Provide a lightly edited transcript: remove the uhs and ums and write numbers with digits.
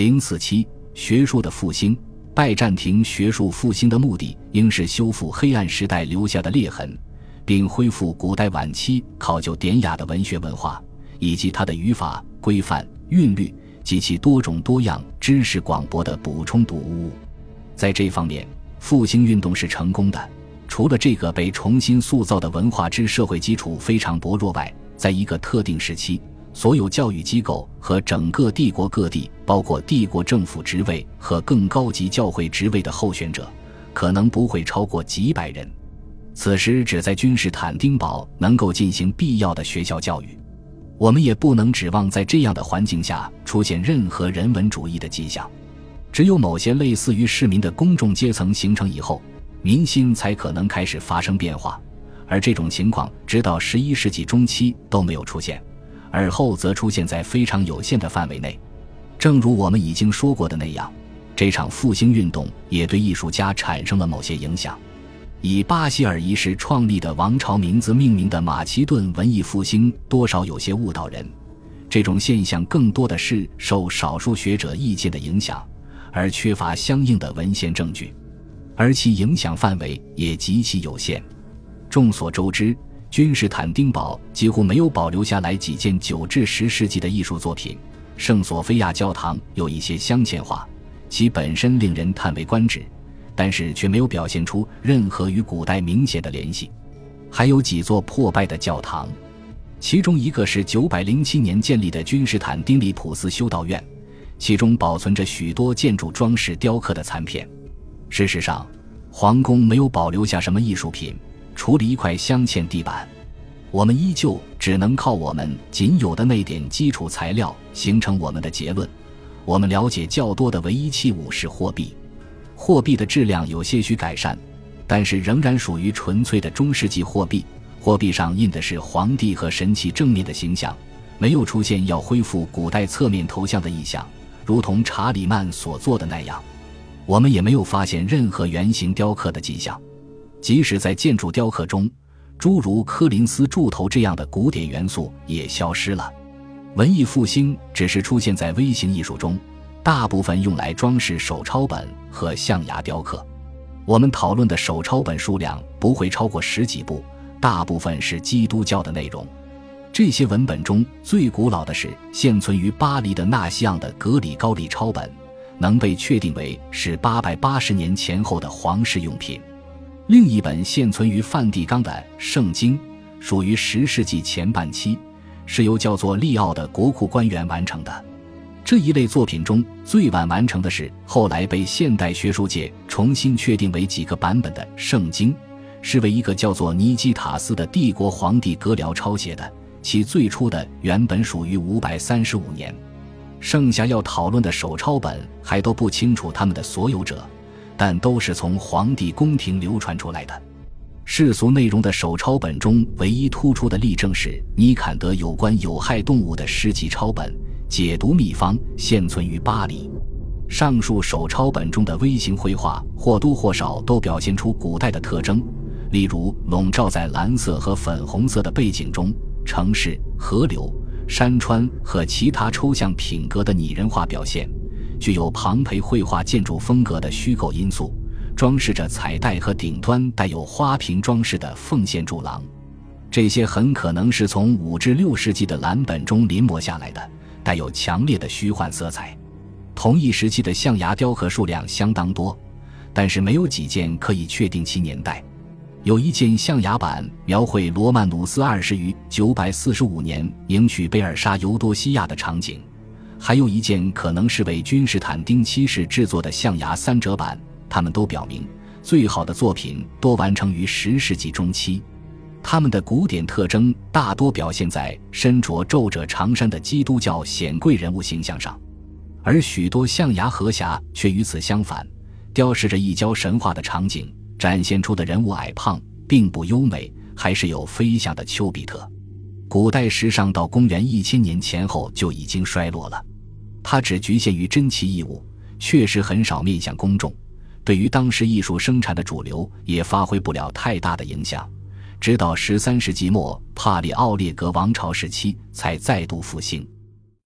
047学术的复兴。拜占庭学术复兴的目的应是修复黑暗时代留下的裂痕，并恢复古代晚期考究典雅的文学文化，以及它的语法、规范、韵律及其多种多样、知识广博的补充读物。在这方面，复兴运动是成功的。除了这个被重新塑造的文化之社会基础非常薄弱外，在一个特定时期，所有教育机构和整个帝国各地，包括帝国政府职位和更高级教会职位的候选者，可能不会超过几百人。此时只在君士坦丁堡能够进行必要的学校教育。我们也不能指望在这样的环境下出现任何人文主义的迹象。只有某些类似于市民的公众阶层形成以后，民心才可能开始发生变化，而这种情况直到11世纪中期都没有出现，而后则出现在非常有限的范围内。正如我们已经说过的那样，这场复兴运动也对艺术家产生了某些影响。以巴希尔一世创立的王朝名字命名的马其顿文艺复兴多少有些误导人，这种现象更多的是受少数学者意见的影响，而缺乏相应的文献证据，而其影响范围也极其有限。众所周知，君士坦丁堡几乎没有保留下来几件9至10世纪的艺术作品，圣索菲亚教堂有一些镶嵌画，其本身令人叹为观止，但是却没有表现出任何与古代明显的联系。还有几座破败的教堂，其中一个是907年建立的君士坦丁利普斯修道院，其中保存着许多建筑装饰雕刻的残片。事实上，皇宫没有保留下什么艺术品，除了一块镶嵌地板。我们依旧只能靠我们仅有的那点基础材料形成我们的结论。我们了解较多的唯一器物是货币，货币的质量有些许改善，但是仍然属于纯粹的中世纪货币。货币上印的是皇帝和神祇正面的形象，没有出现要恢复古代侧面头像的意象，如同查理曼所做的那样。我们也没有发现任何圆形雕刻的迹象，即使在建筑雕刻中，诸如柯林斯柱头这样的古典元素也消失了。文艺复兴只是出现在微型艺术中，大部分用来装饰手抄本和象牙雕刻。我们讨论的手抄本数量不会超过10几部，大部分是基督教的内容。这些文本中最古老的是现存于巴黎的纳西昂的格里高利抄本，能被确定为是880年前后的皇室用品。另一本现存于梵蒂冈的圣经属于10世纪前半期，是由叫做利奥的国库官员完成的。这一类作品中最晚完成的是后来被现代学术界重新确定为几个版本的圣经，是为一个叫做尼基塔斯的帝国皇帝格辽抄写的，其最初的原本属于535年。剩下要讨论的手抄本还都不清楚他们的所有者，但都是从皇帝宫廷流传出来的。世俗内容的手抄本中唯一突出的例证是尼坎德有关有害动物的诗集抄本，解读秘方现存于巴黎。上述手抄本中的微型绘画或多或少都表现出古代的特征，例如笼罩在蓝色和粉红色的背景中，城市、河流、山川和其他抽象品格的拟人化表现，具有庞培绘画建筑风格的虚构因素，装饰着彩带和顶端带有花瓶装饰的奉献柱廊。这些很可能是从5至6世纪的蓝本中临摹下来的，带有强烈的虚幻色彩。同一时期的象牙雕刻数量相当多，但是没有几件可以确定其年代。有一件象牙板描绘罗曼努斯2世于945年迎娶贝尔莎尤多西亚的场景，还有一件可能是为君士坦丁7世制作的象牙3折板，它们都表明最好的作品多完成于10世纪中期。他们的古典特征大多表现在身着皱褶长衫的基督教显贵人物形象上，而许多象牙盒匣却与此相反，雕饰着异教神话的场景，展现出的人物矮胖，并不优美，还是有飞翔的丘比特。古代时尚到公元1000年前后就已经衰落了，它只局限于珍奇异物，确实很少面向公众，对于当时艺术生产的主流也发挥不了太大的影响，直到13世纪末帕里奥列格王朝时期才再度复兴。